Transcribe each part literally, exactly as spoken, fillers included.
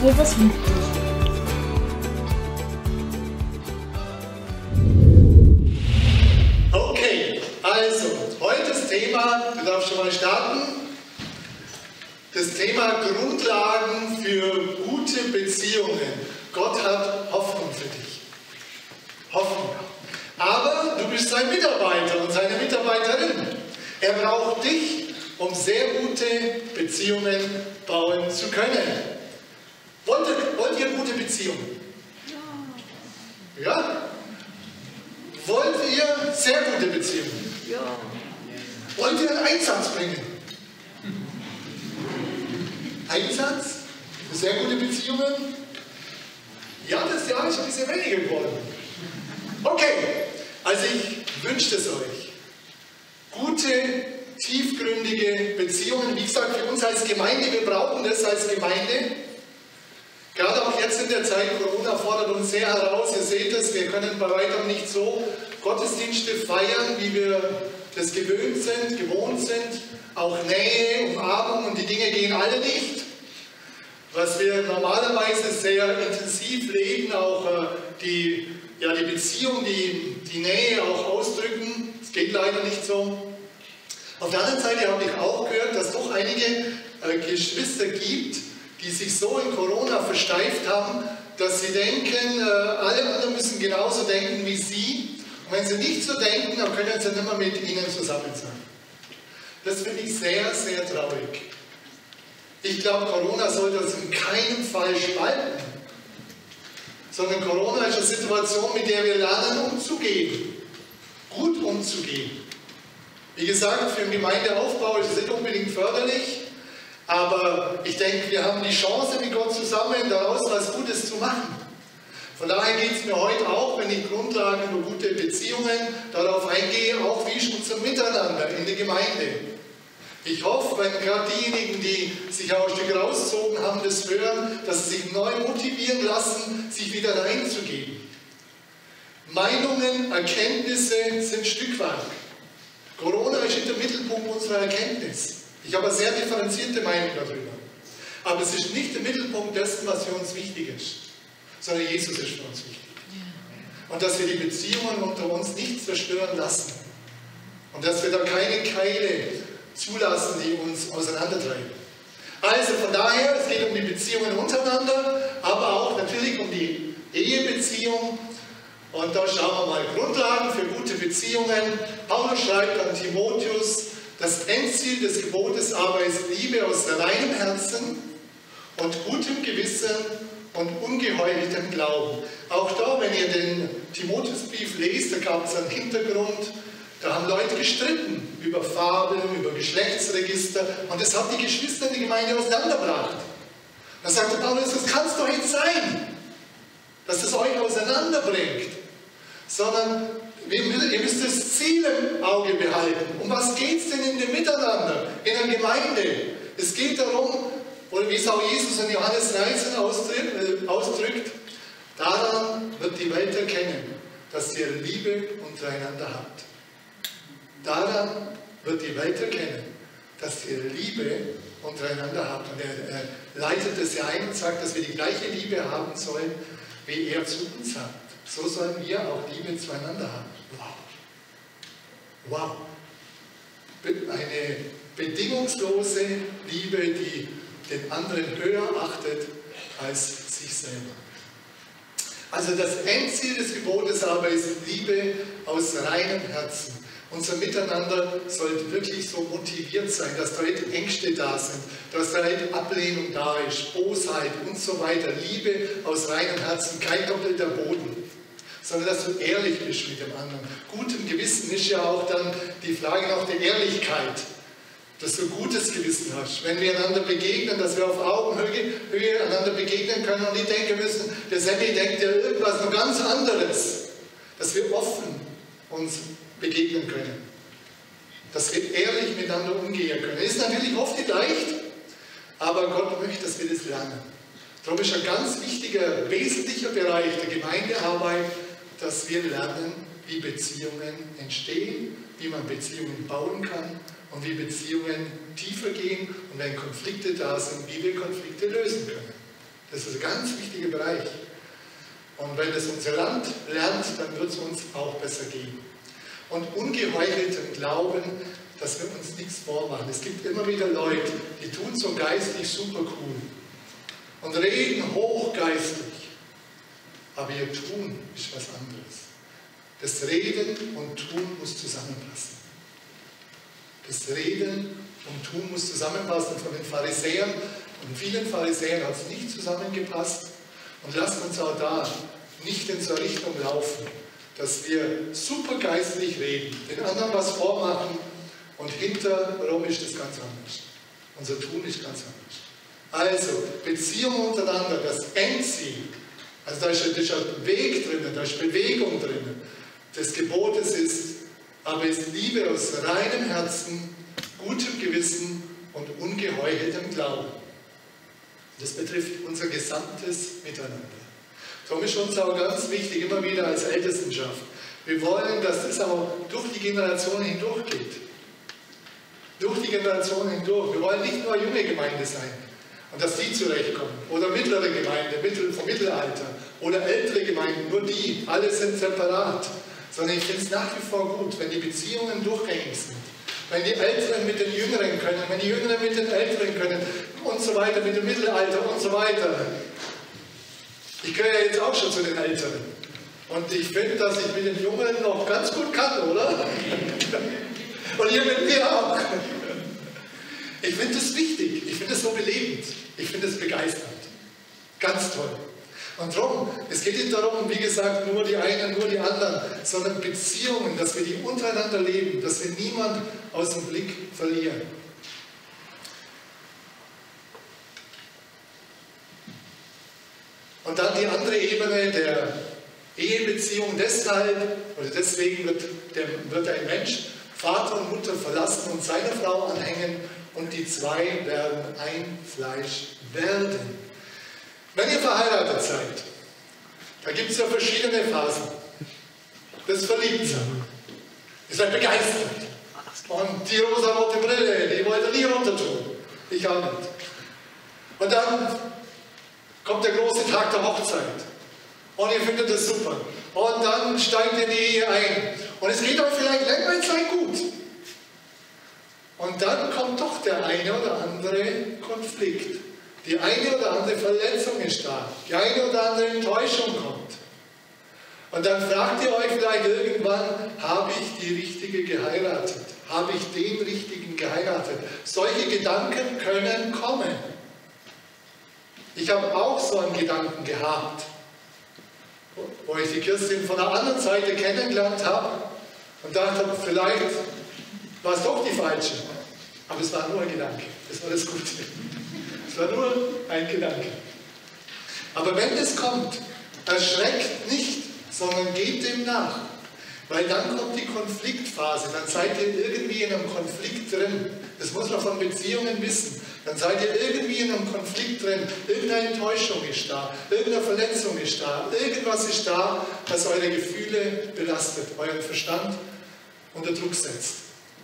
Jesus liebt dich. Okay, also, heute das Thema, du darfst schon mal starten, das Thema Grundlagen für gute Beziehungen. Gott hat Hoffnung für dich. Hoffnung. Aber du bist sein Mitarbeiter und seine Mitarbeiterin. Er braucht dich, um sehr gute Beziehungen bauen zu können. Wollt ihr, wollt ihr gute Beziehungen? Ja. Ja? Wollt ihr sehr gute Beziehungen? Ja. Wollt ihr einen Einsatz bringen? Einsatz? Für sehr gute Beziehungen? Ja, das Jahr ist ein bisschen weniger geworden. Okay, also ich wünsche es euch. Gute, tiefgründige Beziehungen. Wie gesagt, für uns als Gemeinde, wir brauchen das als Gemeinde. Gerade auch jetzt in der Zeit, Corona fordert uns sehr heraus. Ihr seht es, wir können bei weitem nicht so Gottesdienste feiern, wie wir das gewöhnt sind, gewohnt sind. Auch Nähe, Umarmung und die Dinge gehen alle nicht. Was wir normalerweise sehr intensiv leben, auch äh, die, ja, die Beziehung, die, die Nähe auch ausdrücken, es geht leider nicht so. Auf der anderen Seite habe ich auch gehört, dass doch einige äh, Geschwister gibt, die sich so in Corona versteift haben, dass sie denken, äh, alle anderen müssen genauso denken wie sie. Und wenn sie nicht so denken, dann können sie nicht mehr mit ihnen zusammen sein. Das finde ich sehr, sehr traurig. Ich glaube, Corona sollte uns in keinem Fall spalten, sondern Corona ist eine Situation, mit der wir lernen, umzugehen, gut umzugehen. Wie gesagt, für den Gemeindeaufbau ist es nicht unbedingt förderlich, aber ich denke, wir haben die Chance, mit Gott zusammen daraus was Gutes zu machen. Von daher geht es mir heute auch, wenn ich Grundlagen für gute Beziehungen darauf eingehe, auch wie ist unser Miteinander in der Gemeinde. Ich hoffe, wenn gerade diejenigen, die sich aus dem Stück rausgezogen haben, das hören, dass sie sich neu motivieren lassen, sich wieder reinzugeben. Meinungen, Erkenntnisse sind Stückwerk. Corona ist in der Mittelpunkt unserer Erkenntnis. Ich habe eine sehr differenzierte Meinung darüber. Aber es ist nicht der Mittelpunkt dessen, was für uns wichtig ist, sondern Jesus ist für uns wichtig. Und dass wir die Beziehungen unter uns nicht zerstören lassen. Und dass wir da keine Keile zulassen, die uns auseinandertreiben. Also von daher, es geht um die Beziehungen untereinander, aber auch natürlich um die Ehebeziehung. Und da schauen wir mal Grundlagen für gute Beziehungen. Paulus schreibt an Timotheus, das Endziel des Gebotes aber ist Liebe aus reinem Herzen und gutem Gewissen und ungeheucheltem Glauben. Auch da, wenn ihr den Timotheusbrief lest, da gab es einen Hintergrund, da haben Leute gestritten über Fabeln, über Geschlechtsregister und das hat die Geschwister in der Gemeinde auseinandergebracht. Da sagte Paulus, das kann es doch nicht sein, dass das euch auseinanderbringt, sondern ihr müsst das Ziel im Auge behalten. Um was geht es denn in dem Miteinander, in der Gemeinde? Es geht darum, oder wie es auch Jesus in Johannes dreizehn ausdrückt, daran wird die Welt erkennen, dass ihr Liebe untereinander habt. Daran wird die Welt erkennen, dass ihr Liebe untereinander habt. Und er, er leitet es ja ein und sagt, dass wir die gleiche Liebe haben sollen, wie er zu uns hat. So sollen wir auch Liebe zueinander haben. Wow. Wow. Eine bedingungslose Liebe, die den anderen höher achtet als sich selber. Also das Endziel des Gebotes aber ist Liebe aus reinem Herzen. Unser Miteinander sollte wirklich so motiviert sein, dass da nicht Ängste da sind, dass da nicht Ablehnung da ist, Bosheit und so weiter. Liebe aus reinem Herzen, kein doppelter Boden, sondern dass du ehrlich bist mit dem anderen. Gutem Gewissen ist ja auch dann die Frage nach der Ehrlichkeit, dass du gutes Gewissen hast. Wenn wir einander begegnen, dass wir auf Augenhöhe Höhe einander begegnen können und nicht denken müssen, der Sammy denkt ja irgendwas noch ganz anderes. Dass wir offen uns begegnen können. Dass wir ehrlich miteinander umgehen können. Das ist natürlich oft nicht leicht, aber Gott möchte, dass wir das lernen. Darum ist ein ganz wichtiger, wesentlicher Bereich der Gemeindearbeit, dass wir lernen, wie Beziehungen entstehen, wie man Beziehungen bauen kann und wie Beziehungen tiefer gehen und wenn Konflikte da sind, wie wir Konflikte lösen können. Das ist ein ganz wichtiger Bereich. Und wenn das unser Land lernt, dann wird es uns auch besser gehen. Und ungeheuchelten Glauben, dass wir uns nichts vormachen. Es gibt immer wieder Leute, die tun so geistlich super cool und reden hochgeistlich. Aber ihr Tun ist was anderes. Das Reden und Tun muss zusammenpassen. Das Reden und Tun muss zusammenpassen. Von den Pharisäern und vielen Pharisäern hat es nicht zusammengepasst. Und lasst uns auch da nicht in so eine Richtung laufen, dass wir super geistlich reden, den anderen was vormachen und hinterherum ist das ganz anders. Unser Tun ist ganz anders. Also, Beziehungen untereinander, das Endziel, also da ist, da ist ein Weg drin, da ist Bewegung drin, des Gebotes ist, aber ist Liebe aus reinem Herzen, gutem Gewissen und ungeheucheltem Glauben. Das betrifft unser gesamtes Miteinander. Darum ist uns auch ganz wichtig, immer wieder als Ältestenschaft. Wir wollen, dass das auch durch die Generationen hindurch geht. Durch die Generationen hindurch. Wir wollen nicht nur eine junge Gemeinde sein und dass die zurechtkommen. Oder mittlere Gemeinde, mittel, vom Mittelalter. Oder ältere Gemeinden, nur die. Alle sind separat. Sondern ich finde es nach wie vor gut, wenn die Beziehungen durchgängig sind. Wenn die Älteren mit den Jüngeren können, wenn die Jüngeren mit den Älteren können und so weiter, mit dem Mittelalter und so weiter. Ich gehöre ja jetzt auch schon zu den Älteren. Und ich finde, dass ich mit den Jungen noch ganz gut kann, oder? Und ihr mit mir auch. Ich finde das wichtig. Ich finde das so belebend. Ich finde das begeisternd. Ganz toll. Und darum, es geht nicht darum, wie gesagt, nur die einen, nur die anderen, sondern Beziehungen, dass wir die untereinander leben, dass wir niemanden aus dem Blick verlieren. Und dann die andere Ebene der Ehebeziehung. Deshalb oder deswegen wird, der, wird ein Mensch Vater und Mutter verlassen und seiner Frau anhängen und die zwei werden ein Fleisch werden. Wenn ihr verheiratet seid, da gibt es ja verschiedene Phasen. Das Verliebtsein. Ihr seid begeistert. Und die rosarote Brille, die wollt ihr nie runter tun. Ich auch nicht. Und dann kommt der große Tag der Hochzeit. Und ihr findet das super. Und dann steigt ihr in die Ehe ein. Und es geht euch vielleicht längere Zeit gut. Und dann kommt doch der eine oder andere Konflikt. Die eine oder andere Verletzung ist da. Die eine oder andere Enttäuschung kommt. Und dann fragt ihr euch vielleicht irgendwann, habe ich die Richtige geheiratet? Habe ich den Richtigen geheiratet? Solche Gedanken können kommen. Ich habe auch so einen Gedanken gehabt, wo ich die Kirstin von der anderen Seite kennengelernt habe und dachte, vielleicht war es doch die falsche. Aber es war nur ein Gedanke. Das war das Gute. Es war nur ein Gedanke. Aber wenn es kommt, erschreckt nicht, sondern geht dem nach. Weil dann kommt die Konfliktphase. Dann seid ihr irgendwie in einem Konflikt drin. Das muss man von Beziehungen wissen. Dann seid ihr irgendwie in einem Konflikt drin. Irgendeine Enttäuschung ist da. Irgendeine Verletzung ist da. Irgendwas ist da, das eure Gefühle belastet, euren Verstand unter Druck setzt.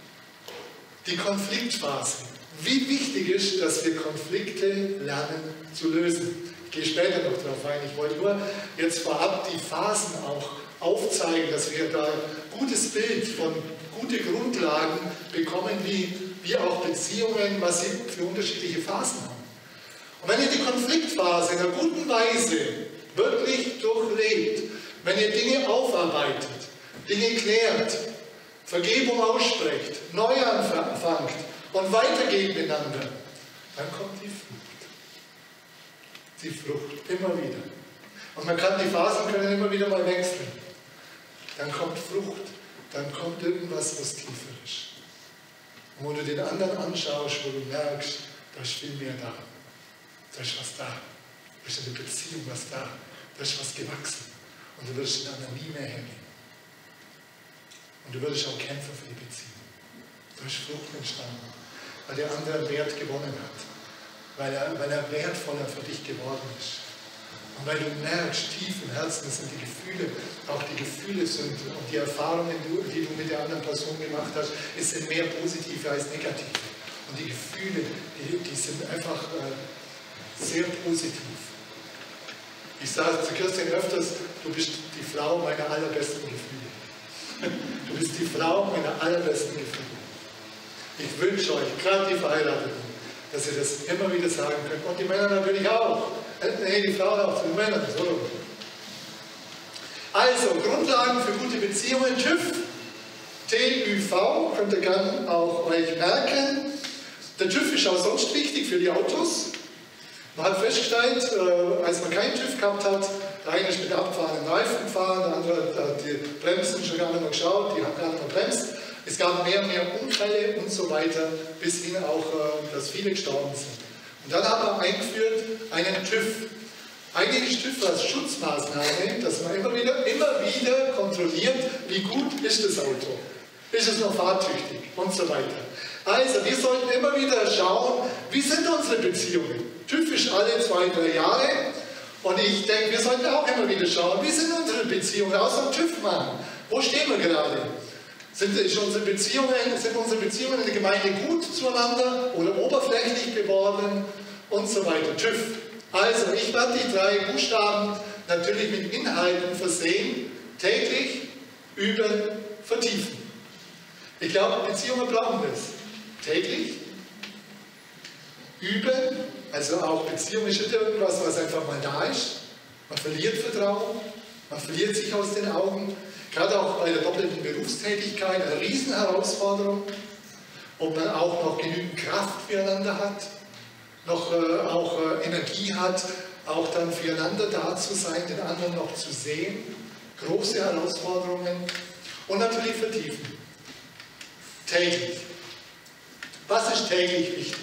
Die Konfliktphase. Wie wichtig ist, dass wir Konflikte lernen zu lösen. Ich gehe später noch darauf ein. Ich wollte nur jetzt vorab die Phasen auch aufzeigen, dass wir da ein gutes Bild von gute Grundlagen bekommen, wie, wie auch Beziehungen, was sie für unterschiedliche Phasen haben. Und wenn ihr die Konfliktphase in einer guten Weise wirklich durchlebt, wenn ihr Dinge aufarbeitet, Dinge klärt, Vergebung aussprecht, neu anfangt und weitergeht miteinander, dann kommt die Frucht. Die Frucht, immer wieder. Und man kann, die Phasen können immer wieder mal wechseln. Dann kommt Frucht, dann kommt irgendwas, was tiefer ist. Und wo du den anderen anschaust, wo du merkst, da ist viel mehr da. Da ist was da. Da ist eine Beziehung was da. Da ist was gewachsen. Und du wirst den anderen nie mehr hergeben. Und du würdest auch kämpfen für die Beziehung. Da ist Frucht entstanden, weil der andere Wert gewonnen hat. Weil er, weil er wertvoller für dich geworden ist. Und weil du merkst, tief im Herzen, das sind die Gefühle, auch die Gefühle sind und die Erfahrungen, die du mit der anderen Person gemacht hast, sind mehr positive als negative. Und die Gefühle, die, die sind einfach äh, sehr positiv. Ich sage zu Kirsten öfters, du bist die Frau meiner allerbesten Gefühle. Du bist die Frau meiner allerbesten Gefühle. Ich wünsche euch, gerade die Verheirateten, dass ihr das immer wieder sagen könnt. Und die Männer natürlich auch. Nee, die Frauen auch, die Männer. So. Also, Grundlagen für gute Beziehungen, TÜV. T Ü V, könnt ihr gerne auch euch merken. Der TÜV ist auch sonst wichtig für die Autos. Man hat festgestellt, äh, als man keinen TÜV gehabt hat, der eine ist mit abgefahrenen Reifen gefahren, der andere hat die Bremsen schon gar nicht mehr geschaut, die haben gar nicht mehr bremst. Es gab mehr und mehr Unfälle und so weiter, bis hin auch, äh, dass viele gestorben sind. Und dann haben wir eingeführt einen TÜV. Eigentlich ist TÜV als Schutzmaßnahme, dass man immer wieder, immer wieder kontrolliert, wie gut ist das Auto. Ist es noch fahrtüchtig und so weiter. Also, wir sollten immer wieder schauen, wie sind unsere Beziehungen. TÜV ist alle zwei, drei Jahre und ich denke, wir sollten auch immer wieder schauen, wie sind unsere Beziehungen, außer dem TÜV machen. Wo stehen wir gerade? Sind, ist unsere Beziehungen, sind unsere Beziehungen in der Gemeinde gut zueinander oder oberflächlich geworden und so weiter. TÜV. Also, ich werde die drei Buchstaben natürlich mit Inhalten versehen, täglich, üben, vertiefen. Ich glaube, Beziehungen brauchen das. Täglich, üben, also auch Beziehung ist nicht irgendwas, was einfach mal da ist. Man verliert Vertrauen, man verliert sich aus den Augen. Gerade auch bei der doppelten Berufstätigkeit eine Riesenherausforderung. Ob man auch noch genügend Kraft füreinander hat, noch äh, auch äh, Energie hat, auch dann füreinander da zu sein, den anderen noch zu sehen. Große Herausforderungen. Und natürlich vertiefen. Täglich. Was ist täglich wichtig?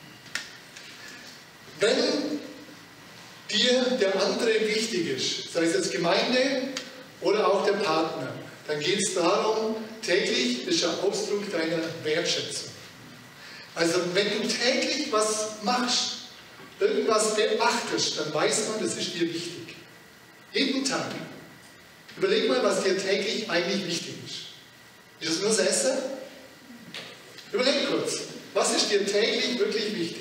Wenn dir der andere wichtig ist, sei es jetzt Gemeinde oder auch der Partner, dann geht es darum, täglich ist ein Ausdruck deiner Wertschätzung. Also wenn du täglich was machst, irgendwas beachtest, dann weiß man, das ist dir wichtig. Jeden Tag. Überleg mal, was dir täglich eigentlich wichtig ist. Ist es nur das Essen? Überleg kurz, was ist dir täglich wirklich wichtig?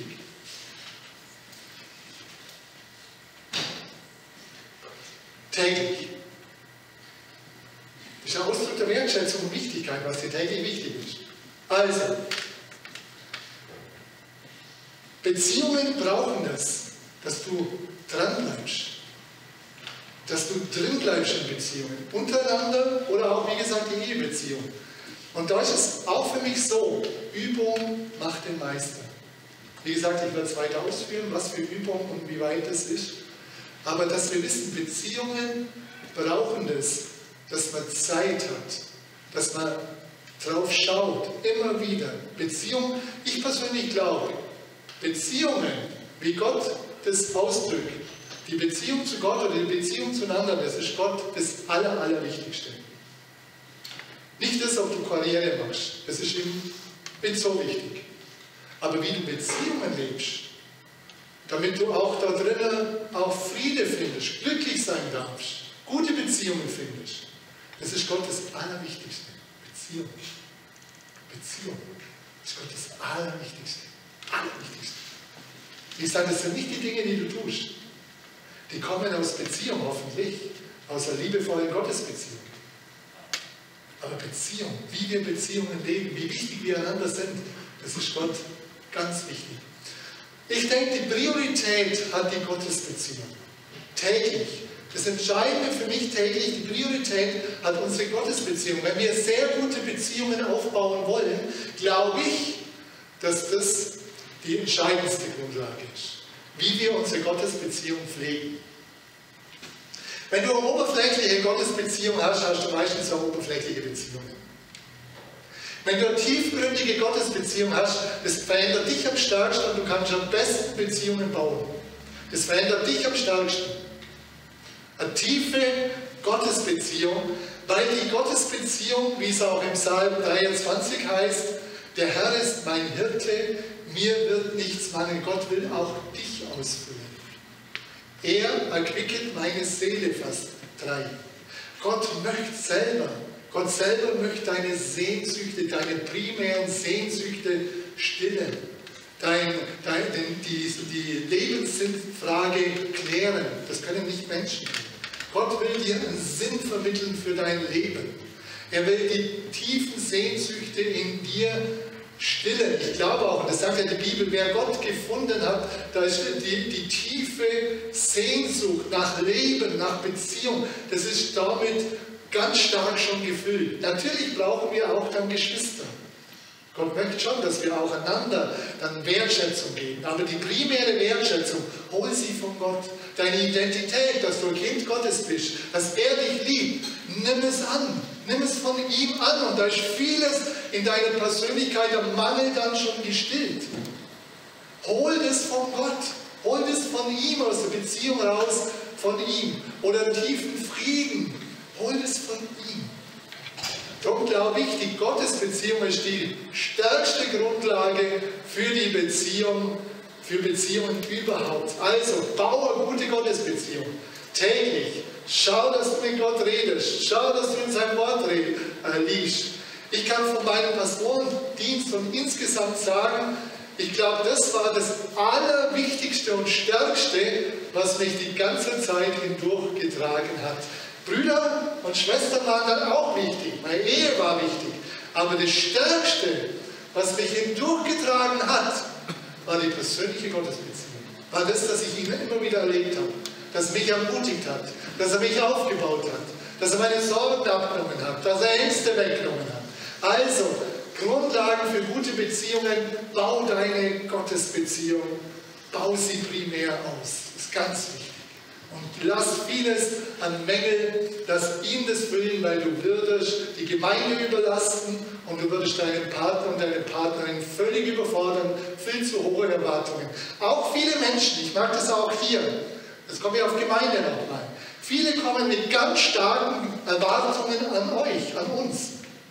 Täglich. Das ist ein Ausdruck der Wertschätzung und Wichtigkeit, was dir täglich wichtig ist. Also, Beziehungen brauchen das, dass du dranbleibst. Dass du drin bleibst in Beziehungen. Untereinander oder auch, wie gesagt, die Ehebeziehung. Und da ist es auch für mich so, Übung macht den Meister. Wie gesagt, ich werde es weiter ausführen, was für Übung und wie weit es ist. Aber dass wir wissen, Beziehungen brauchen das, dass man Zeit hat, dass man drauf schaut, immer wieder. Beziehungen, ich persönlich glaube, Beziehungen, wie Gott das ausdrückt, die Beziehung zu Gott oder die Beziehung zueinander, das ist Gott das Aller, Allerwichtigste. Nicht das, ob du Karriere machst, das ist ihm nicht so wichtig. Aber wie du Beziehungen lebst, damit du auch da drinnen auch Friede findest, glücklich sein darfst, gute Beziehungen findest, das ist Gott das Allerwichtigste. Beziehung. Beziehung ist Gott das Allerwichtigste. Allerwichtigste. Ich sage, das sind nicht die Dinge, die du tust. Die kommen aus Beziehung hoffentlich, aus einer liebevollen Gottesbeziehung. Aber Beziehung, wie wir Beziehungen leben, wie wichtig wir einander sind, das ist Gott ganz wichtig. Ich denke, die Priorität hat die Gottesbeziehung. Täglich. Das Entscheidende für mich täglich, die Priorität hat unsere Gottesbeziehung. Wenn wir sehr gute Beziehungen aufbauen wollen, glaube ich, dass das die entscheidendste Grundlage ist. Wie wir unsere Gottesbeziehung pflegen. Wenn du eine oberflächliche Gottesbeziehung hast, hast du meistens auch oberflächliche Beziehungen. Wenn du eine tiefgründige Gottesbeziehung hast, das verändert dich am stärksten und du kannst am besten Beziehungen bauen. Das verändert dich am stärksten. Eine tiefe Gottesbeziehung, weil die Gottesbeziehung, wie es auch im Psalm dreiundzwanzig heißt, der Herr ist mein Hirte, mir wird nichts mangeln. Gott will auch dich ausfüllen. Er erquicket meine Seele, Vers drei. Gott möchte selber, Gott selber möchte deine Sehnsüchte, deine primären Sehnsüchte stillen. Dein, dein, den, die, die Lebenssinnfrage klären. Das können nicht Menschen. Gott will dir einen Sinn vermitteln für dein Leben. Er will die tiefen Sehnsüchte in dir stillen. Ich glaube auch, und das sagt ja die Bibel, wer Gott gefunden hat, da ist die, die tiefe Sehnsucht nach Leben, nach Beziehung, das ist damit ganz stark schon gefüllt. Natürlich brauchen wir auch dann Geschwister. Gott möchte schon, dass wir auch einander dann Wertschätzung geben. Aber die primäre Wertschätzung, hol sie von Gott. Deine Identität, dass du ein Kind Gottes bist, dass er dich liebt, nimm es an. Nimm es von ihm an. Und da ist vieles in deiner Persönlichkeit am Mangel dann schon gestillt. Hol das von Gott. Hol das von ihm, aus der Beziehung raus, von ihm. Oder tiefen Frieden. Hol das von ihm. Darum glaube ich, die Gottesbeziehung ist die stärkste Grundlage für die Beziehung, für Beziehungen überhaupt. Also, baue eine gute Gottesbeziehung. Täglich. Schau, dass du mit Gott redest. Schau, dass du in seinem Wort äh, liest. Ich kann von meinem Pastorendienst und insgesamt sagen, ich glaube, das war das Allerwichtigste und Stärkste, was mich die ganze Zeit hindurch getragen hat. Brüder und Schwestern waren dann auch wichtig, meine Ehe war wichtig, aber das Stärkste, was mich hindurchgetragen hat, war die persönliche Gottesbeziehung. War das, dass ich ihn immer wieder erlebt habe, dass er mich ermutigt hat, dass er mich aufgebaut hat, dass er meine Sorgen abgenommen hat, dass er Ängste weggenommen hat. Also, Grundlagen für gute Beziehungen, bau deine Gottesbeziehung, bau sie primär aus, das ist ganz wichtig. Und lass vieles an Mängel, lass ihm das füllen, weil du würdest die Gemeinde überlasten und du würdest deinen Partner und deine Partnerin völlig überfordern, viel zu hohe Erwartungen. Auch viele Menschen, ich mag das auch hier, das kommt ja auf Gemeinde nochmal, viele kommen mit ganz starken Erwartungen an euch, an uns.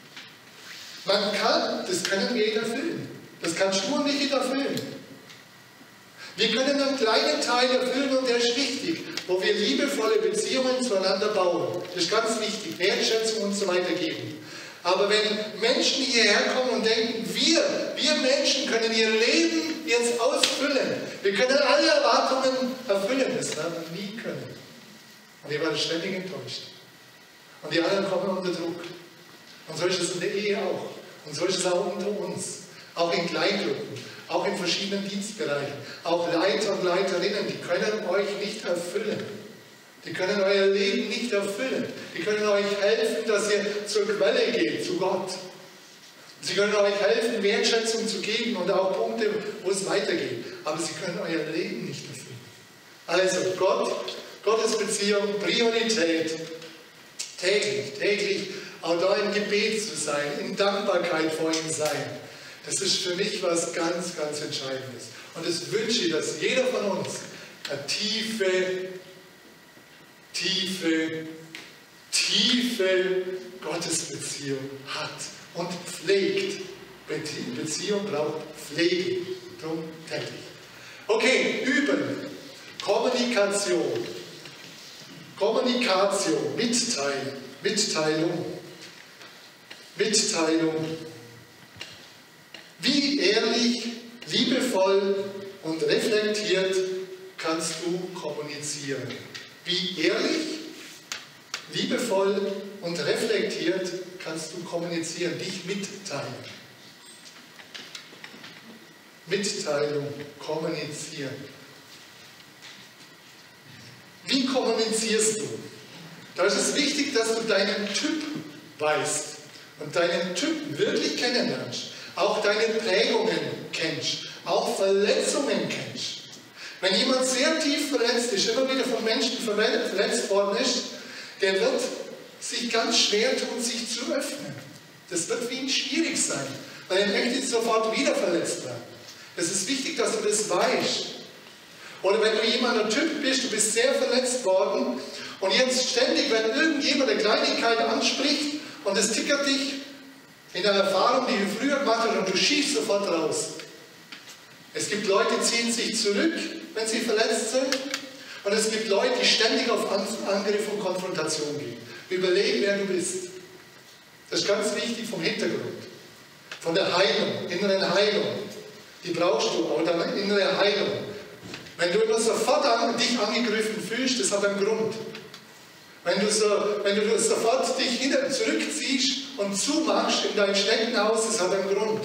Man kann, das können wir nicht erfüllen, das kannst du und ich erfüllen. Wir können einen kleinen Teil erfüllen und der ist wichtig, wo wir liebevolle Beziehungen zueinander bauen. Das ist ganz wichtig, Wertschätzung und so weiter geben. Aber wenn Menschen hierher kommen und denken, wir, wir Menschen können ihr Leben jetzt ausfüllen, wir können alle Erwartungen erfüllen, das werden wir nie können. Und ihr werdet ständig enttäuscht. Und die anderen kommen unter Druck. Und so ist es in der Ehe auch. Und so ist es auch unter uns. Auch in Kleingruppen. Auch in verschiedenen Dienstbereichen. Auch Leiter und Leiterinnen, die können euch nicht erfüllen. Die können euer Leben nicht erfüllen. Die können euch helfen, dass ihr zur Quelle geht, zu Gott. Sie können euch helfen, Wertschätzung zu geben und auch Punkte, wo es weitergeht. Aber sie können euer Leben nicht erfüllen. Also Gott, Gottes Beziehung, Priorität. Täglich, täglich auch da im Gebet zu sein, in Dankbarkeit vor ihm sein. Das ist für mich was ganz, ganz Entscheidendes. Und das wünsche ich, dass jeder von uns eine tiefe, tiefe, tiefe Gottesbeziehung hat und pflegt. Beziehung braucht Pflege. Darum täglich. Okay, üben. Kommunikation. Kommunikation, Mitteilen, Mitteilung. Mitteilung. Wie ehrlich, liebevoll und reflektiert kannst du kommunizieren? Wie ehrlich, liebevoll und reflektiert kannst du kommunizieren, dich mitteilen? Mitteilung, kommunizieren. Wie kommunizierst du? Da ist es wichtig, dass du deinen Typ weißt und deinen Typ wirklich kennenlernst. Auch deine Prägungen kennst, auch Verletzungen kennst. Wenn jemand sehr tief verletzt ist, immer wieder von Menschen verletzt worden ist, der wird sich ganz schwer tun, sich zu öffnen. Das wird für ihn schwierig sein, weil er möchte sofort wieder verletzt werden. Es ist wichtig, dass du das weißt. Oder wenn du jemand ein Typ bist, du bist sehr verletzt worden und jetzt ständig, wenn irgendjemand eine Kleinigkeit anspricht und es tickert dich, in einer Erfahrung, die du früher gemacht hast und du schießt sofort raus. Es gibt Leute, die ziehen sich zurück, wenn sie verletzt sind. Und es gibt Leute, die ständig auf Angriff und Konfrontation gehen. Überlege, wer du bist. Das ist ganz wichtig vom Hintergrund. Von der Heilung, inneren Heilung. Die brauchst du, auch deine innere Heilung. Wenn du immer sofort an, dich angegriffen fühlst, das hat einen Grund. Wenn du, so, wenn du sofort dich hinter, zurückziehst und zumachst in dein Schneckenhaus, das hat einen Grund.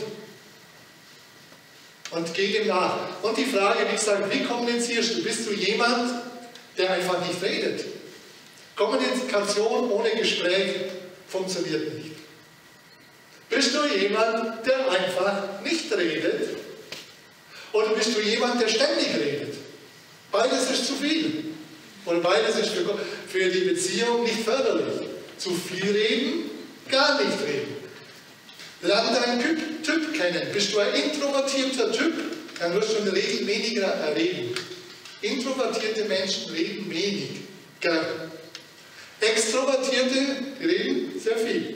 Und geh dem nach. Und die Frage, wie gesagt, wie kommunizierst du? Bist du jemand, der einfach nicht redet? Kommunikation ohne Gespräch funktioniert nicht. Bist du jemand, der einfach nicht redet? Oder bist du jemand, der ständig redet? Beides ist zu viel. Oder beides ist für, für die Beziehung nicht förderlich. Zu viel reden, gar nicht reden. Lern deinen Typ, Typ kennen. Bist du ein introvertierter Typ, dann wirst du in der Regel weniger reden. Introvertierte Menschen reden wenig. Gern. Extrovertierte reden sehr viel.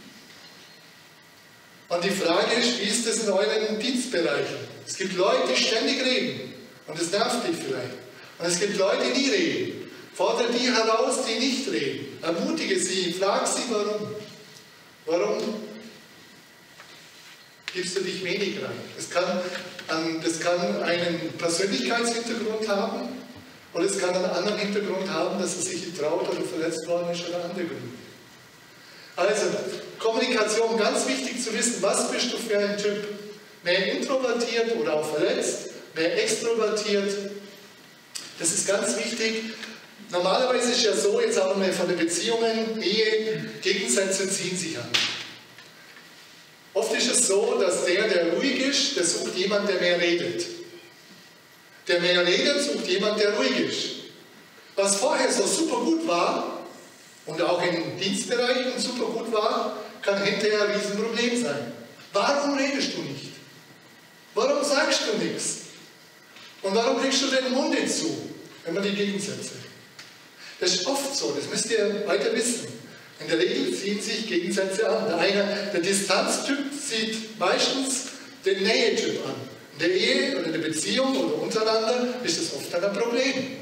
Und die Frage ist, wie ist das in euren Dienstbereichen? Es gibt Leute, die ständig reden. Und das nervt dich vielleicht. Und es gibt Leute, die nie reden. Fordere die heraus, die nicht reden. Ermutige sie, frag sie, warum. Warum gibst du dich wenig rein? Das kann, das kann einen Persönlichkeitshintergrund haben oder es kann einen anderen Hintergrund haben, dass er sich getraut oder verletzt worden ist oder andere Gründe. Also, Kommunikation, ganz wichtig zu wissen, was bist du für ein Typ? Mehr introvertiert oder auch verletzt, mehr extrovertiert. Das ist ganz wichtig. Normalerweise ist es ja so, jetzt auch mal von den Beziehungen, Ehe, Gegensätze ziehen sich an. Oft ist es so, dass der, der ruhig ist, der sucht jemanden, der mehr redet. Der mehr redet, sucht jemanden, der ruhig ist. Was vorher so super gut war und auch in Dienstbereichen super gut war, kann hinterher ein Riesenproblem sein. Warum redest du nicht? Warum sagst du nichts? Und warum kriegst du den Mund nicht zu? Wenn man die Gegensätze. Das ist oft so, das müsst ihr weiter wissen. In der Regel ziehen sich Gegensätze an. Der eine, der Distanztyp zieht meistens den Nähetyp an. In der Ehe oder in der Beziehung oder untereinander ist das oft ein Problem.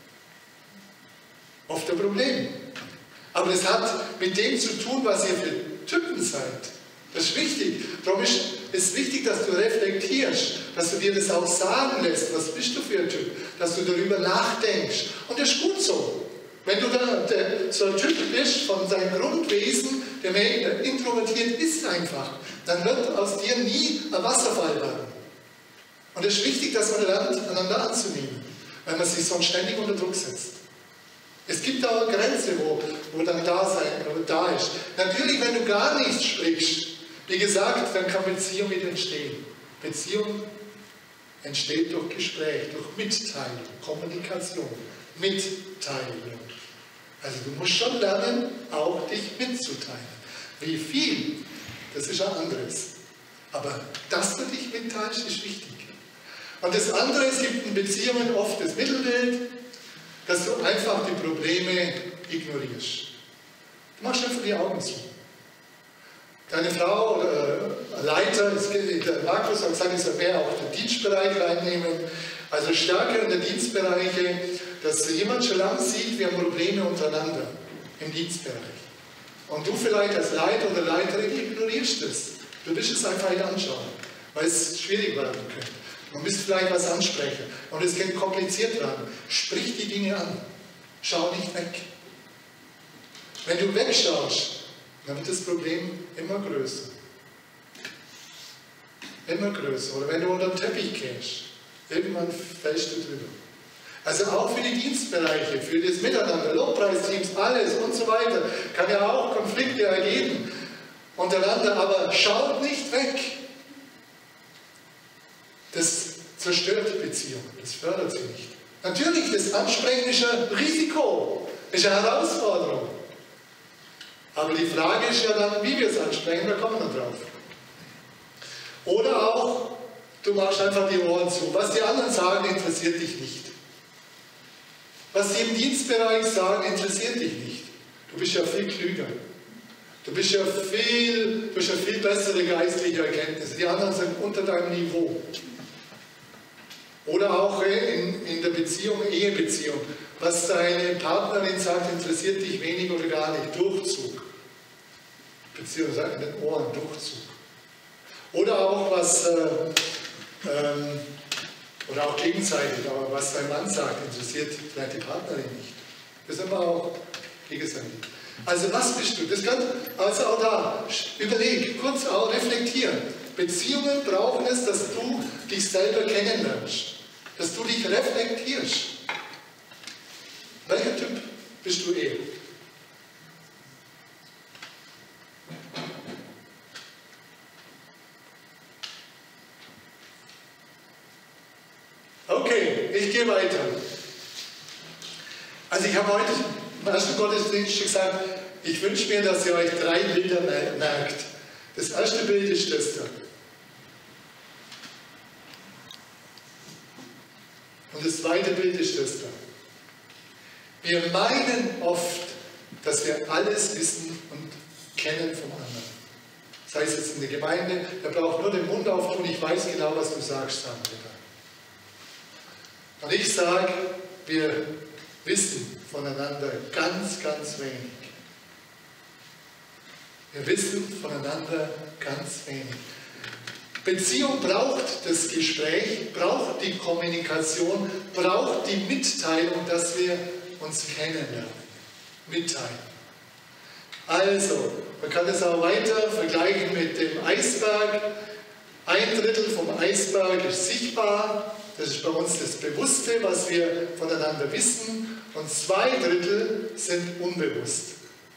Oft ein Problem. Aber es hat mit dem zu tun, was ihr für Typen seid. Das ist wichtig. Darum ist es wichtig, dass du reflektierst, dass du dir das auch sagen lässt. Was bist du für ein Typ? Dass du darüber nachdenkst. Und das ist gut so. Wenn du da, der, so ein Typ bist von seinem Grundwesen, der mehr introvertiert ist einfach, dann wird aus dir nie ein Wasserfall werden. Und es ist wichtig, dass man lernt, einander anzunehmen, weil man sich sonst ständig unter Druck setzt. Es gibt da eine Grenze, wo, wo dann da sein, wo da ist. Natürlich, wenn du gar nichts sprichst, wie gesagt, dann kann Beziehung wieder entstehen. Beziehung entsteht durch Gespräch, durch Mitteilung, Kommunikation, Mitteilung. Also du musst schon lernen, auch dich mitzuteilen. Wie viel, das ist ein anderes. Aber dass du dich mitteilst, ist wichtig. Und das andere, es gibt in Beziehungen oft das Mittelbild, dass du einfach die Probleme ignorierst. Du machst einfach die Augen zu. Deine Frau oder Leiter, der Markus hat gesagt, ich soll mehr auch den Dienstbereich reinnehmen, also stärker in den Dienstbereiche, dass jemand schon lange sieht, wir haben Probleme untereinander im Dienstbereich. Und du vielleicht als Leiter oder Leiterin ignorierst es. Du willst es einfach nicht anschauen, weil es schwierig werden könnte. Man müsste vielleicht was ansprechen und es kann kompliziert werden. Sprich die Dinge an. Schau nicht weg. Wenn du wegschaust, dann wird das Problem immer größer. Immer größer. Oder wenn du unter den Teppich gehst, irgendwann fällst du drüber. Also auch für die Dienstbereiche, für das Miteinander, Lobpreisteams, alles und so weiter, kann ja auch Konflikte ergeben untereinander, aber schaut nicht weg. Das zerstört die Beziehung, das fördert sie nicht. Natürlich, das Ansprechen ist ein Risiko, ist eine Herausforderung. Aber die Frage ist ja dann, wie wir es ansprechen, da kommen wir drauf. Oder auch, du machst einfach die Ohren zu. Was die anderen sagen, interessiert dich nicht. Was die im Dienstbereich sagen, interessiert dich nicht. Du bist ja viel klüger. Du bist ja viel, du hast ja viel bessere geistliche Erkenntnisse. Die anderen sind unter deinem Niveau. Oder auch in, in der Beziehung, Ehebeziehung. Was deine Partnerin sagt, interessiert dich wenig oder gar nicht. Durchzug. Beziehungsweise in den Ohren Durchzug. Oder auch was, äh, Ähm, oder auch gegenseitig, aber was dein Mann sagt, interessiert vielleicht die Partnerin nicht. Das ist aber auch gegenseitig. Also was bist du? Das kann, also auch da, überleg, kurz auch reflektieren. Beziehungen brauchen es, dass du dich selber kennenlernst. Dass du dich reflektierst. Welcher Typ bist du eher? Okay, ich gehe weiter. Also ich habe heute im ersten Gottesdienst gesagt, ich wünsche mir, dass ihr euch drei Bilder merkt. Das erste Bild ist das da. Und das zweite Bild ist das da. Wir meinen oft, dass wir alles wissen und kennen vom anderen. Das heißt jetzt in der Gemeinde, der braucht nur den Mund auftun, ich weiß genau, was du sagst, sagen wir da. Und ich sage, wir wissen voneinander ganz, ganz wenig. Wir wissen voneinander ganz wenig. Beziehung braucht das Gespräch, braucht die Kommunikation, braucht die Mitteilung, dass wir uns kennenlernen. Mitteilen. Also, man kann das auch weiter vergleichen mit dem Eisberg. Ein Drittel vom Eisberg ist sichtbar. Das ist bei uns das Bewusste, was wir voneinander wissen. Und zwei Drittel sind unbewusst.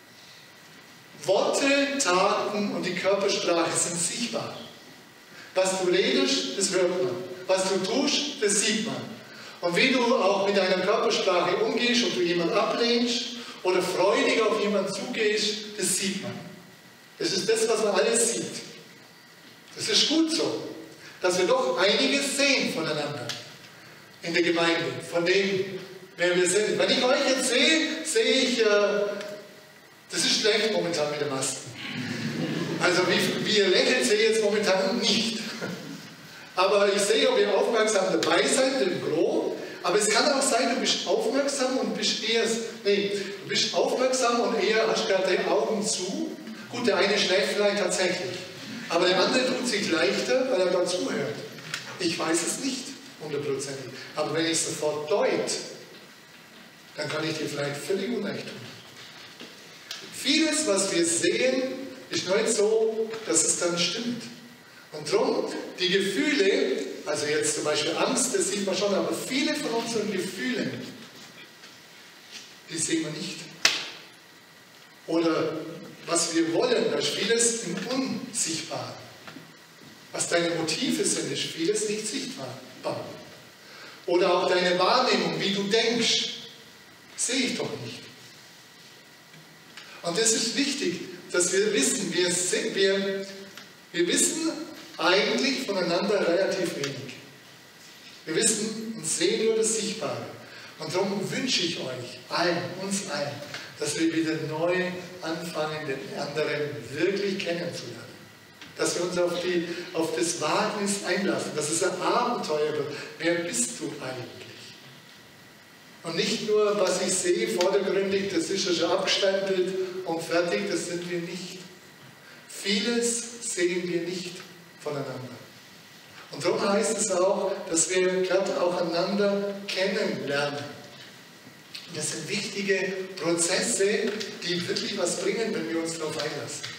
Worte, Taten und die Körpersprache sind sichtbar. Was du redest, das hört man. Was du tust, das sieht man. Und wie du auch mit deiner Körpersprache umgehst, ob du jemanden ablehnst oder freudig auf jemanden zugehst, das sieht man. Das ist das, was man alles sieht. Das ist gut so, dass wir doch einiges sehen voneinander in der Gemeinde, von dem, wer wir sind. Wenn ich euch jetzt sehe, sehe ich, äh, das ist schlecht momentan mit den Masken. Also wie, wie ihr lächelt, sehe ich jetzt momentan nicht. Aber ich sehe, ob ihr aufmerksam dabei seid, im Gro. Aber es kann auch sein, du bist aufmerksam und bist eher, nee, du bist aufmerksam und eher hast gerade die Augen zu. Gut, der eine schläft vielleicht tatsächlich. Aber der andere tut sich leichter, weil er dazu hört. Ich weiß es nicht hundertprozentig. Aber wenn ich es sofort deute, dann kann ich dir vielleicht völlig Unrecht tun. Vieles, was wir sehen, ist nicht so, dass es dann stimmt. Und darum, die Gefühle, also jetzt zum Beispiel Angst, das sieht man schon, aber viele von unseren Gefühlen, die sehen wir nicht. Oder was wir wollen, da ist vieles im Unsichtbaren. Was deine Motive sind, ist vieles nicht sichtbar. Oder auch deine Wahrnehmung, wie du denkst, sehe ich doch nicht. Und das ist wichtig, dass wir wissen, wir, sind, wir, wir wissen eigentlich voneinander relativ wenig. Wir wissen und sehen nur das Sichtbare. Und darum wünsche ich euch allen, uns allen, dass wir wieder neu anfangen, den anderen wirklich kennenzulernen. Dass wir uns auf, die, auf das Wagnis einlassen, dass es ein Abenteuer wird. Wer bist du eigentlich? Und nicht nur, was ich sehe, vordergründig, das ist ja schon abgestempelt und fertig, das sind wir nicht. Vieles sehen wir nicht voneinander. Und darum heißt es auch, dass wir gerade auch einander kennenlernen. Das sind wichtige Prozesse, die wirklich was bringen, wenn wir uns darauf einlassen.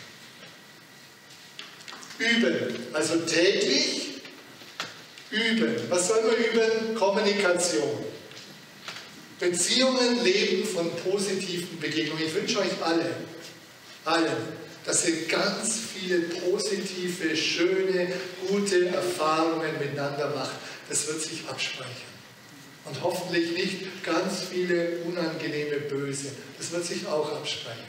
Üben, also täglich üben. Was soll man üben? Kommunikation. Beziehungen leben von positiven Begegnungen. Ich wünsche euch alle, allen, dass ihr ganz viele positive, schöne, gute Erfahrungen miteinander macht. Das wird sich abspeichern. Und hoffentlich nicht ganz viele unangenehme Böse. Das wird sich auch abspeichern.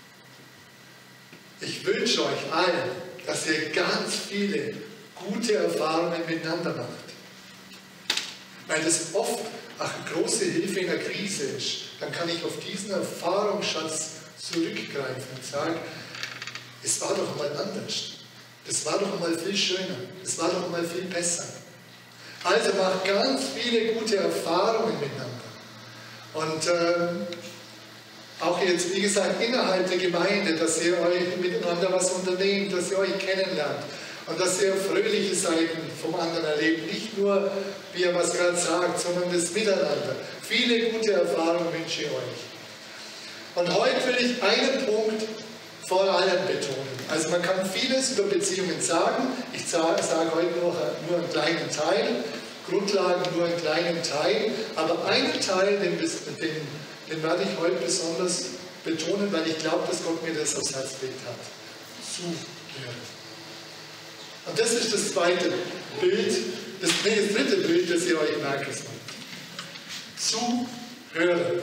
Ich wünsche euch allen, dass ihr ganz viele gute Erfahrungen miteinander macht. Weil das oft eine große Hilfe in der Krise ist. Dann kann ich auf diesen Erfahrungsschatz zurückgreifen und sagen, es war doch mal anders. Das war doch mal viel schöner. Das war doch mal viel besser. Also macht ganz viele gute Erfahrungen miteinander. Und ähm, auch jetzt, wie gesagt, innerhalb der Gemeinde, dass ihr euch miteinander was unternehmt, dass ihr euch kennenlernt. und dass ihr fröhliche Seiten vom anderen erlebt. Nicht nur, wie er was gerade sagt, sondern das Miteinander. Viele gute Erfahrungen wünsche ich euch. Und heute will ich einen Punkt vor allem betonen. Also man kann vieles über Beziehungen sagen. Ich sage heute nur, nur einen kleinen Teil, Grundlagen nur einen kleinen Teil. Aber einen Teil, den, den, den werde ich heute besonders betonen, weil ich glaube, dass Gott mir das aufs Herz gelegt hat. Zuhören. Und das ist das zweite Bild, das, nee, das dritte Bild, das ihr euch merken sollt. Zuhören.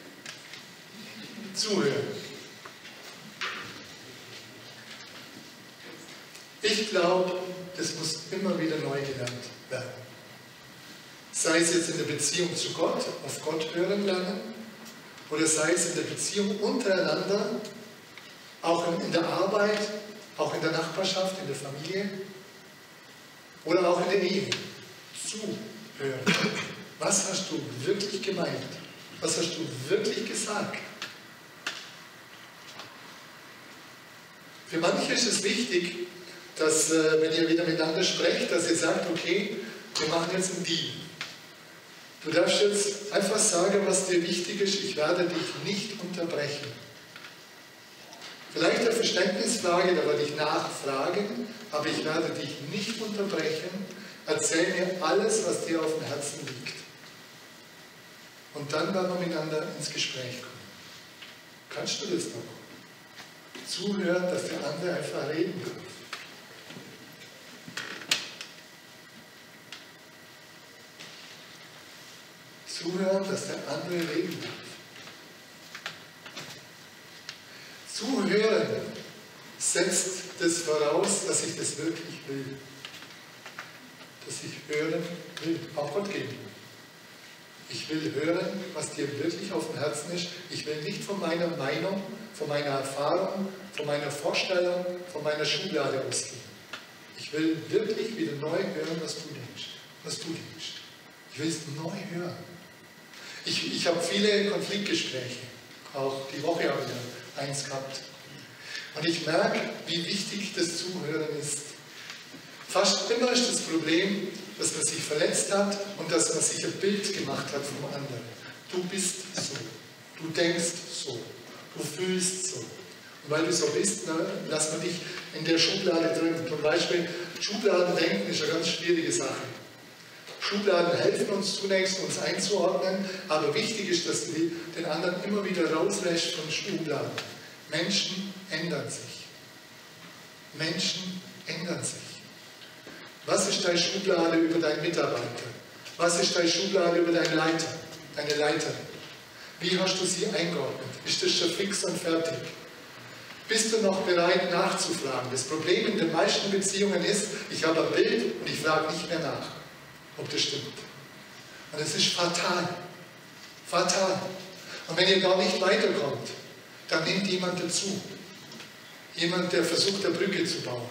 Zuhören. Ich glaube, das muss immer wieder neu gelernt werden. Sei es jetzt in der Beziehung zu Gott, auf Gott hören lernen, oder sei es in der Beziehung untereinander, auch in der Arbeit, auch in der Nachbarschaft, in der Familie oder auch in der Ehe. Zuhören. Was hast du wirklich gemeint? Was hast du wirklich gesagt? Für manche ist es wichtig, dass, äh, wenn ihr wieder miteinander sprecht, dass ihr sagt, okay, wir machen jetzt einen Deal. Du darfst jetzt einfach sagen, was dir wichtig ist, ich werde dich nicht unterbrechen. Vielleicht eine Verständnisfrage, da werde ich nachfragen, aber ich werde dich nicht unterbrechen. Erzähl mir alles, was dir auf dem Herzen liegt. Und dann werden wir miteinander ins Gespräch kommen. Kannst du das noch? Zuhören, dass der andere einfach reden kann. Zuhören, dass der andere reden darf. Zuhören setzt das voraus, dass ich das wirklich will. Dass ich hören will, auch Gott gegenüber. Ich will hören, was dir wirklich auf dem Herzen ist. Ich will nicht von meiner Meinung, von meiner Erfahrung, von meiner Vorstellung, von meiner Schublade ausgehen. Ich will wirklich wieder neu hören, was du denkst. Was du denkst. Ich will es neu hören. Ich, ich habe viele Konfliktgespräche, auch die Woche habe ich eins gehabt. Und ich merke, wie wichtig das Zuhören ist. Fast immer ist das Problem, dass man sich verletzt hat und dass man sich ein Bild gemacht hat vom anderen. Du bist so, du denkst so, du fühlst so. Und weil du so bist, ne, lass man dich in der Schublade drin. Zum Beispiel, Schubladendenken ist eine ganz schwierige Sache. Schubladen helfen uns zunächst, uns einzuordnen, aber wichtig ist, dass du den anderen immer wieder rauslässt von Schubladen. Menschen ändern sich. Menschen ändern sich. Was ist deine Schublade über deinen Mitarbeiter? Was ist deine Schublade über deinen Leiter, deine Leiterin? Wie hast du sie eingeordnet? Ist das schon fix und fertig? Bist du noch bereit nachzufragen? Das Problem in den meisten Beziehungen ist, ich habe ein Bild und ich frage nicht mehr nach, ob das stimmt. Und es ist fatal. Fatal. Und wenn ihr da nicht weiterkommt, dann nimmt jemand dazu. Jemand, der versucht, eine Brücke zu bauen.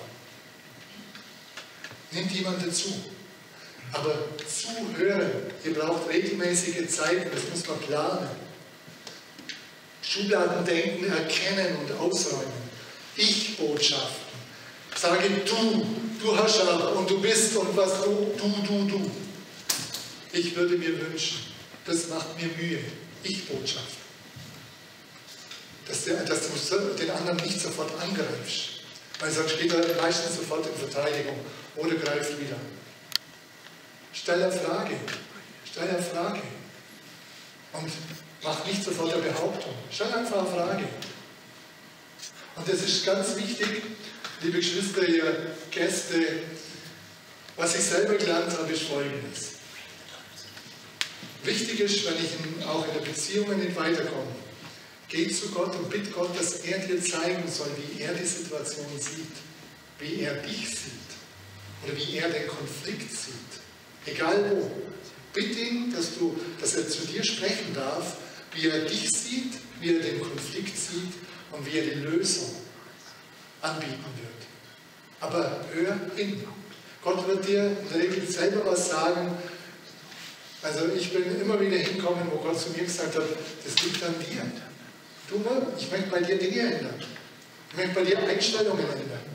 Nimmt jemand dazu. Aber zuhören, ihr braucht regelmäßige Zeiten, das muss man planen. Schubladendenken erkennen und ausräumen. Ich-Botschaften. Sage du, du hast aber und du bist und was du, du, du, du. Ich würde mir wünschen, das macht mir Mühe. Ich-Botschaften. Dass, der, dass du den anderen nicht sofort angreifst. Weil sonst geht er meistens sofort in Verteidigung oder greift wieder. Stell eine Frage. Stell eine Frage. Und mach nicht sofort eine Behauptung. Stell einfach eine Frage. Und das ist ganz wichtig, liebe Geschwister, ihr Gäste, was ich selber gelernt habe, ist Folgendes. Wichtig ist, wenn ich auch in der Beziehung nicht weiterkomme, geh zu Gott und bitte Gott, dass er dir zeigen soll, wie er die Situation sieht, wie er dich sieht oder wie er den Konflikt sieht. Egal wo. Bitte ihn, dass, du, dass er zu dir sprechen darf, wie er dich sieht, wie er den Konflikt sieht und wie er die Lösung anbieten wird. Aber hör hin. Gott wird dir in der Regel selber was sagen. Also ich bin immer wieder hingekommen, wo Gott zu mir gesagt hat, das liegt an dir. Du, ich möchte bei dir Dinge ändern. Ich möchte bei dir Einstellungen ändern.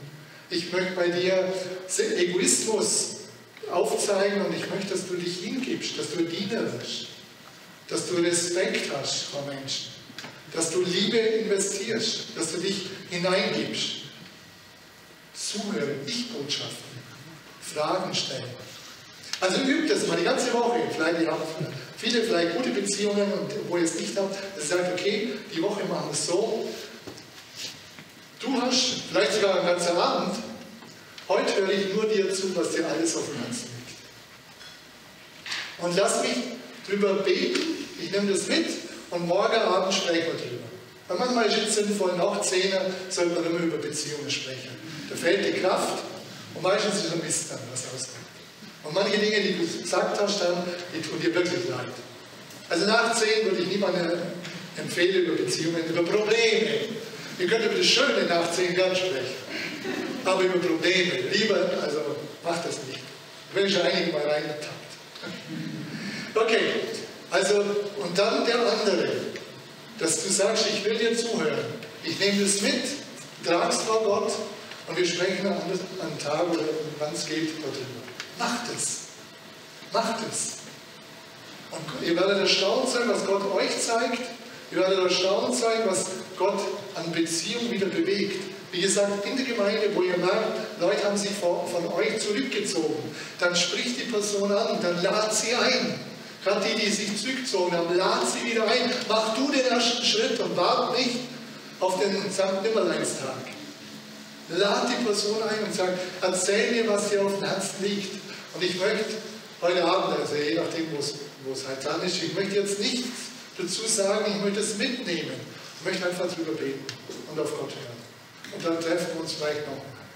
Ich möchte bei dir Egoismus aufzeigen und ich möchte, dass du dich hingibst, dass du Diener wirst, dass du Respekt hast vor Menschen, dass du Liebe investierst, dass du dich hineingibst. Zuhören, Ich-Botschaften, Fragen stellen. Also übt das mal die ganze Woche. Vielleicht ihr habt viele vielleicht gute Beziehungen und wo ihr es nicht habt, dass ihr sagt, okay, die Woche machen wir es so. Du hast vielleicht sogar einen ganzen Abend. Heute höre ich nur dir zu, was dir alles auf dem Herzen liegt. Und lass mich drüber beten. Ich nehme das mit und morgen Abend sprechen wir drüber. Weil manchmal ist es sinnvoll, nach zehn sollte man immer über Beziehungen sprechen. Da fehlt die Kraft und meistens ist ein Mist dann, was rauskommt. Und manche Dinge, die du gesagt hast, dann, die tun dir wirklich leid. Also nach zehn würde ich niemandem empfehlen über Beziehungen, über Probleme. Ihr könnt über das Schöne nach zehn Jahren sprechen. Aber über Probleme, lieber, also macht das nicht. Da bin ich schon einige Mal reingetappt. Okay, also, und dann der andere, dass du sagst, ich will dir zuhören. Ich nehme das mit, trag's vor Gott und wir sprechen an einem Tag oder wann es geht darüber. Macht es. Macht es. Und ihr werdet erstaunt sein, was Gott euch zeigt. Ihr werdet erstaunt sein, was Gott an Beziehung wieder bewegt. Wie gesagt, in der Gemeinde, wo ihr merkt, Leute haben sich von euch zurückgezogen, dann spricht die Person an, dann lad sie ein. Gerade die, die sich zurückgezogen haben, lad sie wieder ein. Mach du den ersten Schritt und wart nicht auf den Sankt Nimmerleinstag. Lad die Person ein und sag, erzähl mir, was dir auf dem Herzen liegt. Und ich möchte heute Abend, also je nachdem, wo es halt dran ist, ich möchte jetzt nichts dazu sagen, ich möchte es mitnehmen. Ich möchte einfach drüber beten und auf Gott hören. Und dann treffen wir uns vielleicht noch mal.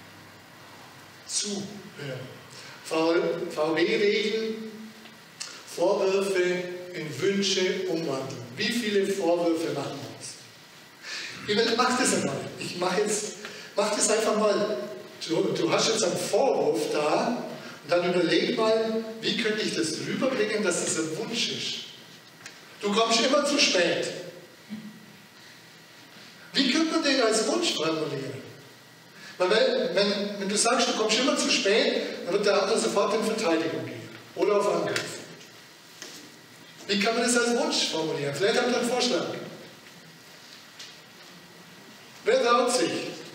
Zuhören. V W-Regeln, Vorwürfe in Wünsche umwandeln. Wie viele Vorwürfe machen wir uns? Ich mach das einmal. Ich mache jetzt, mach das einfach mal. Du, du hast jetzt einen Vorwurf da und dann überleg mal, wie könnte ich das rüberbringen, dass das ein Wunsch ist. Du kommst immer zu spät. Wie könnte man den als Wunsch formulieren? Weil wenn, wenn, wenn du sagst, du kommst immer zu spät, dann wird der andere sofort in Verteidigung gehen oder auf Angriff. Wie kann man das als Wunsch formulieren? Vielleicht habt ihr einen Vorschlag. Wer traut sich?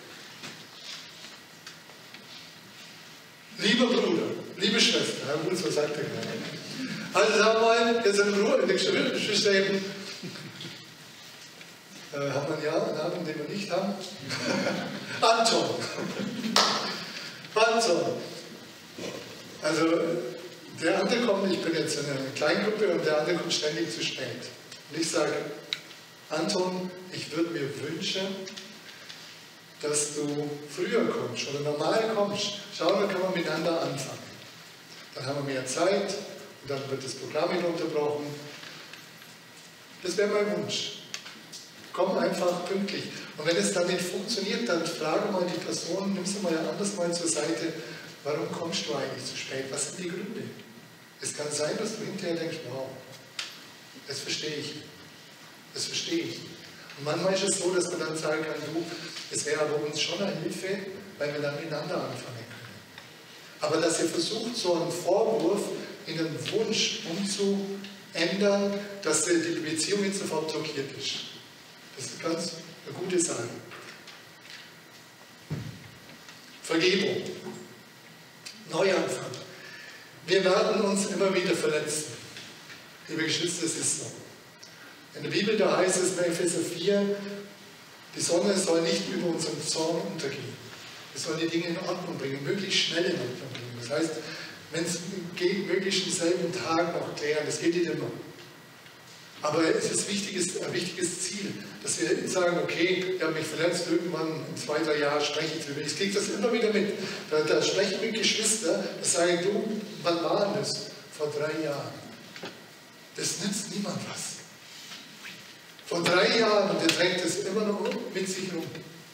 Lieber Bruder, liebe Schwester, Herr Wulz, was sagt er gerade? Also sagen wir mal, jetzt in Ruhe, in den Geschwistern, äh, hat man ja einen Namen, den wir nicht haben? Anton. Anton. Also, der andere kommt, ich bin jetzt in einer Kleingruppe und der andere kommt ständig zu spät. Und ich sage, Anton, ich würde mir wünschen, dass du früher kommst oder normal kommst. Schau, dann kann man miteinander anfangen. Dann haben wir mehr Zeit und dann wird das Programm wieder unterbrochen. Das wäre mein Wunsch. Komm einfach pünktlich. Und wenn es dann nicht funktioniert, dann frage mal die Person, nimm sie mal anders mal zur Seite, warum kommst du eigentlich zu spät? Was sind die Gründe? Es kann sein, dass du hinterher denkst, wow, das verstehe ich. Das verstehe ich. Und manchmal ist es so, dass man dann sagen kann, du, es wäre aber uns schon eine Hilfe, weil wir dann miteinander anfangen können. Aber dass ihr versucht, so einen Vorwurf in einen Wunsch umzuändern, dass die Beziehung jetzt sofort blockiert ist. Das ist ganz eine gute Sache. Vergebung. Neuanfang. Wir werden uns immer wieder verletzen. Liebe Geschwister, es ist so. In der Bibel, da heißt es in Epheser vier, die Sonne soll nicht über unseren Zorn untergehen. Wir sollen die Dinge in Ordnung bringen, möglichst schnell in Ordnung bringen. Das heißt, wenn es geht, möglichst am selben Tag noch klären. Das geht nicht immer. Aber es ist wichtiges, ein wichtiges Ziel, dass wir sagen, okay, ich habe mich verletzt, irgendwann in zwei, drei Jahren spreche ich drüber. Ich kriege das immer wieder mit. Da, da spreche ich mit Geschwistern, da sage ich, du, wann war denn das? Vor drei Jahren. Das nützt niemand was. Vor drei Jahren und der trägt das immer noch mit sich rum.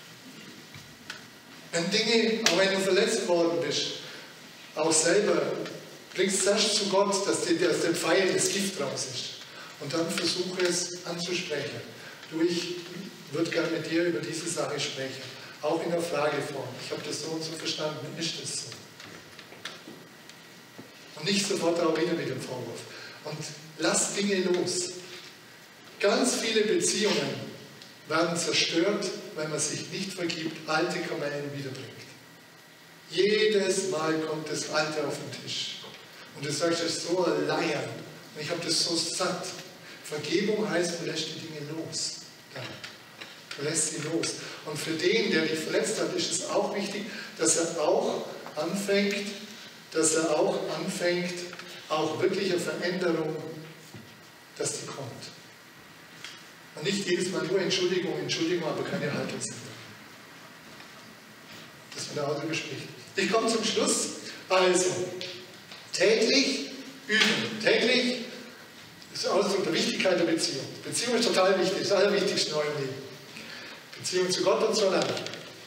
Wenn Dinge, auch wenn du verletzt worden bist, auch selber, bringst du zuerst zu Gott, dass, die, dass der Pfeil, das Gift raus ist. Und dann versuche es anzusprechen. Du, ich würde gerne mit dir über diese Sache sprechen. auch in der Frageform. Ich habe das so und so verstanden, ist das so? Und nicht sofort auch wieder mit dem Vorwurf. Und lass Dinge los. Ganz viele Beziehungen werden zerstört, wenn man sich nicht vergibt, alte Kamellen wiederbringt. Jedes Mal kommt das Alte auf den Tisch. Und du sagst, das ist so ein Leier. Und ich habe das so satt. Vergebung heißt, du lässt die Dinge los. Dann. Du lässt sie los. Und für den, der dich verletzt hat, ist es auch wichtig, dass er auch anfängt, dass er auch anfängt, auch wirkliche Veränderung, dass die kommt. Und nicht jedes Mal nur Entschuldigung, Entschuldigung, aber keine Haltungsänderung. Dass man da auch drüber spricht. Ich komme zum Schluss. Also, täglich üben. Täglich ist Ausdruck der Wichtigkeit der Beziehung. Beziehung ist total wichtig, das Allerwichtigste in eurem Leben. Beziehung zu Gott und zueinander.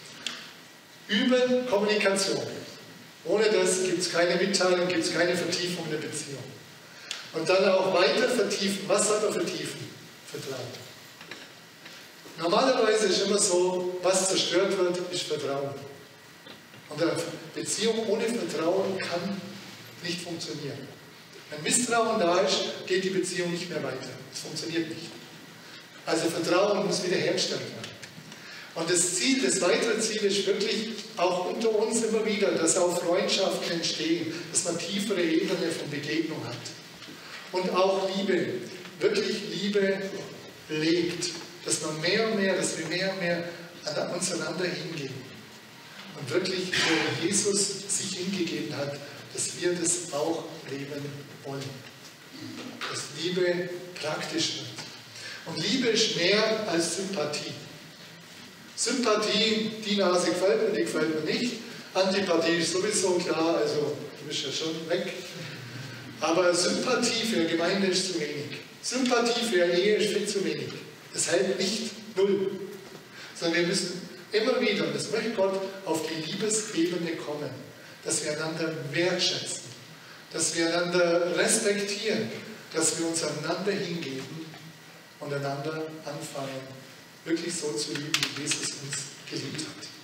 Üben, Kommunikation. Ohne das gibt es keine Mitteilung, gibt es keine Vertiefung in der Beziehung. Und dann auch weiter vertiefen. Was soll man vertiefen? Vertrauen. Normalerweise ist immer so, was zerstört wird, ist Vertrauen. Und eine Beziehung ohne Vertrauen kann nicht funktionieren. Wenn Misstrauen da ist, geht die Beziehung nicht mehr weiter. Es funktioniert nicht. Also Vertrauen muss wiederhergestellt werden. Und das Ziel, das weitere Ziel ist wirklich auch unter uns immer wieder, dass auch Freundschaften entstehen, dass man tiefere Ebene von Begegnung hat. Und auch Liebe, wirklich Liebe lebt. Dass man mehr und mehr, dass wir mehr und mehr an uns einander hingeben. Und wirklich, wo Jesus sich hingegeben hat, dass wir das auch leben wollen. Dass Liebe praktisch wird. Und Liebe ist mehr als Sympathie. Sympathie, die Nase gefällt mir, die gefällt mir nicht. Antipathie ist sowieso klar, also du bist ja schon weg. Aber Sympathie für eine Gemeinde ist zu wenig. Sympathie für eine Ehe ist viel zu wenig. Das hält nicht null. Sondern wir müssen immer wieder, und das möchte Gott, auf die Liebesebene kommen. Dass wir einander wertschätzen. Dass wir einander respektieren. Dass wir uns einander hingeben und einander anfangen, wirklich so zu lieben, wie Jesus uns geliebt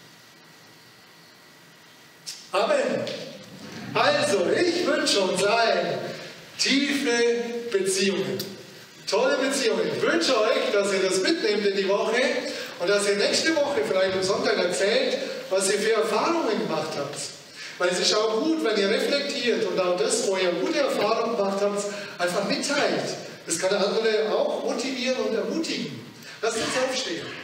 hat. Amen. Also, ich wünsche uns allen tiefe Beziehungen. Tolle Beziehungen. Ich wünsche euch, dass ihr das mitnehmt in die Woche und dass ihr nächste Woche, vielleicht am Sonntag, erzählt, was ihr für Erfahrungen gemacht habt. Weil es ist auch gut, wenn ihr reflektiert und auch das, wo ihr gute Erfahrungen gemacht habt, einfach mitteilt. Das kann andere auch motivieren und ermutigen. Lasst uns aufstehen.